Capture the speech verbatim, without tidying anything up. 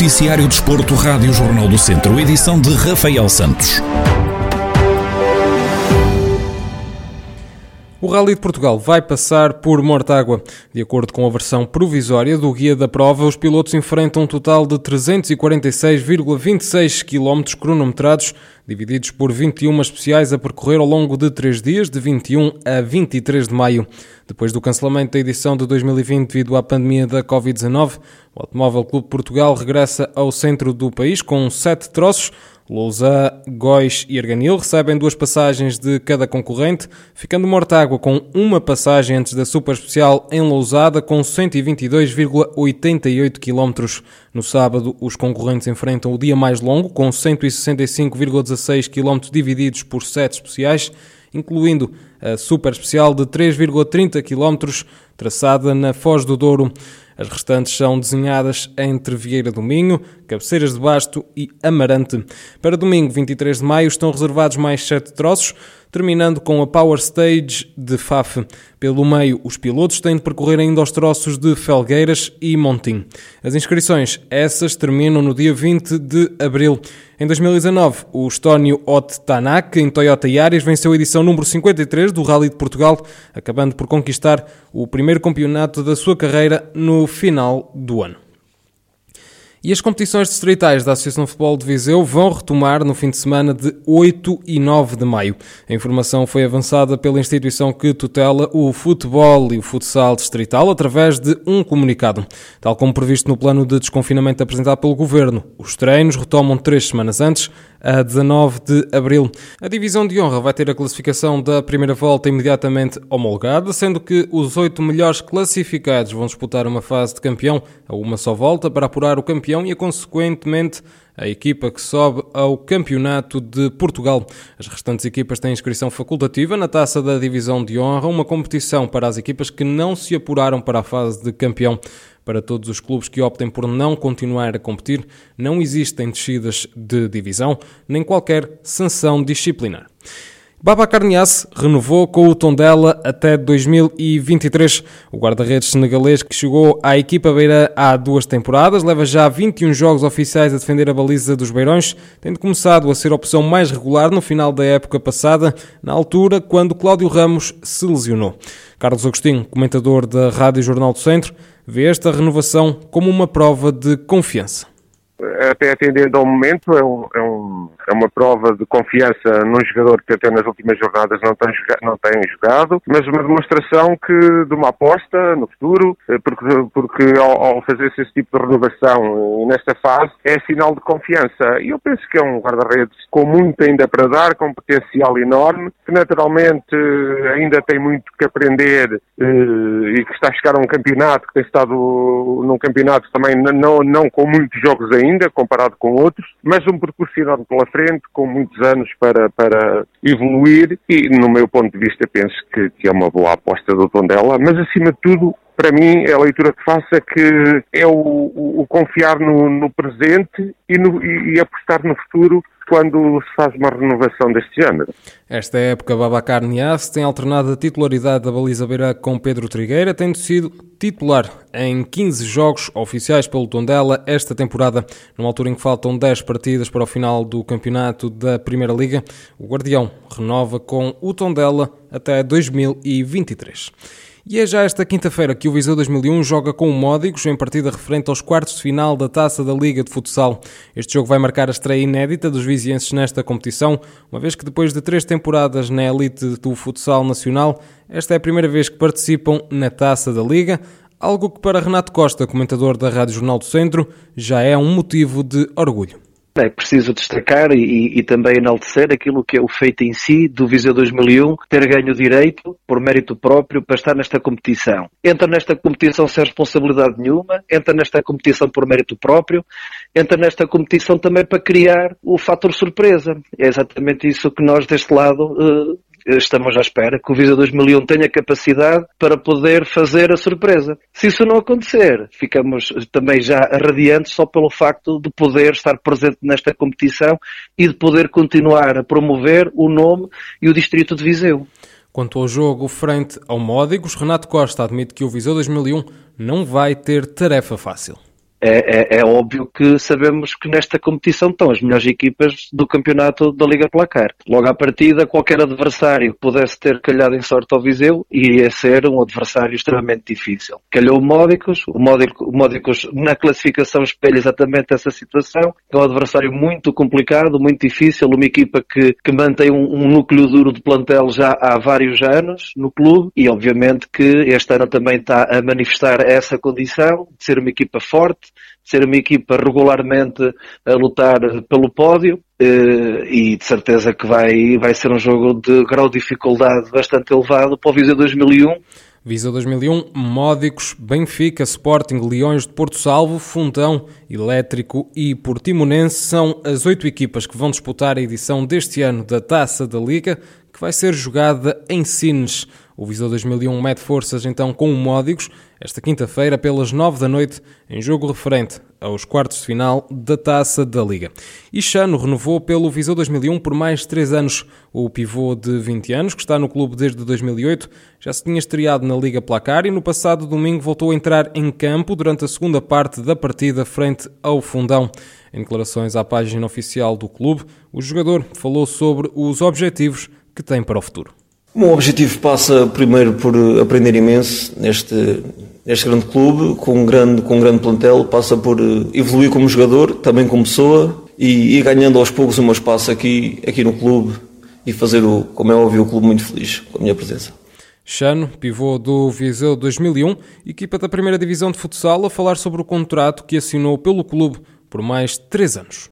Noticiário Desporto, Rádio Jornal do Centro, edição de Rafael Santos. O Rally de Portugal vai passar por Mortágua. De acordo com a versão provisória do guia da prova, os pilotos enfrentam um total de trezentos e quarenta e seis vírgula vinte e seis quilómetros cronometrados, divididos por vinte e uma especiais a percorrer ao longo de três dias, de vinte e um a vinte e três de maio. Depois do cancelamento da edição de dois mil e vinte devido à pandemia da covid dezanove, o Automóvel Clube de Portugal regressa ao centro do país com sete troços. Lousã, Góis e Arganil recebem duas passagens de cada concorrente, ficando Mortágua com uma passagem antes da Super Especial em Lousada com cento e vinte e dois vírgula oitenta e oito quilómetros. No sábado, os concorrentes enfrentam o dia mais longo, com cento e sessenta e cinco vírgula dezasseis quilómetros divididos por sete especiais, incluindo a Super Especial de três vírgula trinta quilómetros, traçada na Foz do Douro. As restantes são desenhadas entre Vieira do Minho, Cabeceiras de Basto e Amarante. Para domingo, vinte e três de maio, estão reservados mais sete troços, terminando com a Power Stage de Faf. Pelo meio, os pilotos têm de percorrer ainda os troços de Felgueiras e Montim. As inscrições, essas, terminam no dia vinte de abril. Em dois mil e dezanove, o estónio Ot Tanak, em Toyota Yaris, venceu a edição número cinquenta e três do Rally de Portugal, acabando por conquistar o primeiro campeonato da sua carreira no final do ano. E as competições distritais da Associação de Futebol de Viseu vão retomar no fim de semana de oito e nove de maio. A informação foi avançada pela instituição que tutela o futebol e o futsal distrital através de um comunicado. Tal como previsto no plano de desconfinamento apresentado pelo Governo, os treinos retomam três semanas antes, a dezanove de abril. A divisão de honra vai ter a classificação da primeira volta imediatamente homologada, sendo que os oito melhores classificados vão disputar uma fase de campeão a uma só volta para apurar o campeão e, consequentemente, a equipa que sobe ao Campeonato de Portugal. As restantes equipas têm inscrição facultativa na Taça da Divisão de Honra, uma competição para as equipas que não se apuraram para a fase de campeão. Para todos os clubes que optem por não continuar a competir, não existem descidas de divisão, nem qualquer sanção disciplinar. Babacar Niasse renovou com o Tondela até dois mil e vinte e três. O guarda-redes senegalês, que chegou à equipa beira há duas temporadas, leva já vinte e um jogos oficiais a defender a baliza dos beirões, tendo começado a ser a opção mais regular no final da época passada, na altura quando Cláudio Ramos se lesionou. Carlos Agostinho, comentador da Rádio Jornal do Centro, vê esta renovação como uma prova de confiança. Até atendendo ao momento, é, um, é, um, é uma prova de confiança num jogador que até nas últimas jornadas não tem, não tem jogado, mas uma demonstração que, de uma aposta no futuro, porque, porque ao, ao fazer esse tipo de renovação nesta fase, é sinal de confiança. E eu penso que é um guarda-redes com muito ainda para dar, com um potencial enorme, que naturalmente ainda tem muito que aprender e que está a chegar a um campeonato, que tem estado num campeonato também não, não com muitos jogos ainda, ainda, comparado com outros, mas um percurso enorme pela frente, com muitos anos para, para evoluir e, no meu ponto de vista, penso que, que é uma boa aposta do Tondela, mas, acima de tudo, para mim, a leitura que faço é que é o, o, o confiar no, no presente e, no, e, e apostar no futuro quando se faz uma renovação deste género. Esta época, Babacar Niasse tem alternado a titularidade da baliza beira com Pedro Trigueira, tendo sido titular em quinze jogos oficiais pelo Tondela esta temporada. Numa altura em que faltam dez partidas para o final do campeonato da Primeira Liga, o Guardião renova com o Tondela até dois mil e vinte e três. E é já esta quinta-feira que o Viseu dois mil e um joga com o Módigos em partida referente aos quartos de final da Taça da Liga de Futsal. Este jogo vai marcar a estreia inédita dos vizienses nesta competição, uma vez que depois de três temporadas na elite do futsal nacional, esta é a primeira vez que participam na Taça da Liga, algo que para Renato Costa, comentador da Rádio Jornal do Centro, já é um motivo de orgulho. É preciso destacar e, e também enaltecer aquilo que é o feito em si do Viseu dois mil e um, ter ganho o direito, por mérito próprio, para estar nesta competição. Entra nesta competição sem responsabilidade nenhuma, entra nesta competição por mérito próprio, entra nesta competição também para criar o fator surpresa. É exatamente isso que nós deste lado uh, estamos à espera, que o Viseu dois mil e um tenha capacidade para poder fazer a surpresa. Se isso não acontecer, ficamos também já radiantes só pelo facto de poder estar presente nesta competição e de poder continuar a promover o nome e o distrito de Viseu. Quanto ao jogo frente ao Módigos, Renato Costa admite que o Viseu dois mil e um não vai ter tarefa fácil. é, é, é óbvio que sabemos que nesta competição estão as melhores equipas do campeonato da Liga Placar. Logo à partida, qualquer adversário que pudesse ter calhado em sorte ao Viseu iria ser um adversário extremamente difícil. Calhou o Módicos, o Módicos, o Módicos na classificação espelha exatamente essa situação. É um adversário muito complicado, muito difícil, uma equipa que, que mantém um, um núcleo duro de plantel já há vários anos no clube e obviamente que este ano também está a manifestar essa condição de ser uma equipa forte, de ser uma equipa regularmente a lutar pelo pódio e de certeza que vai, vai ser um jogo de grau de dificuldade bastante elevado para o Viseu dois mil e um. Viseu dois mil e um, Módicos, Benfica, Sporting, Leões de Porto Salvo, Fundão, Elétrico e Portimonense são as oito equipas que vão disputar a edição deste ano da Taça da Liga, que vai ser jogada em Sines. O Viseu dois mil e um mete forças então com o Módicos esta quinta-feira pelas nove da noite em jogo referente aos quartos de final da Taça da Liga. E Chano renovou pelo Viseu dois mil e um por mais três anos. O pivô de vinte anos, que está no clube desde dois mil e oito, já se tinha estreado na Liga Placar e no passado domingo voltou a entrar em campo durante a segunda parte da partida frente ao Fundão. Em declarações à página oficial do clube, o jogador falou sobre os objetivos que tem para o futuro. O meu objetivo passa primeiro por aprender imenso neste, neste grande clube, com um grande, com um grande plantel, passa por evoluir como jogador, também como pessoa e ir ganhando aos poucos o meu espaço aqui, aqui no clube e fazer, o, como é óbvio, o clube muito feliz com a minha presença. Chano, pivô do Viseu dois mil e um, equipa da primeira divisão de futsal, a falar sobre o contrato que assinou pelo clube por mais três anos.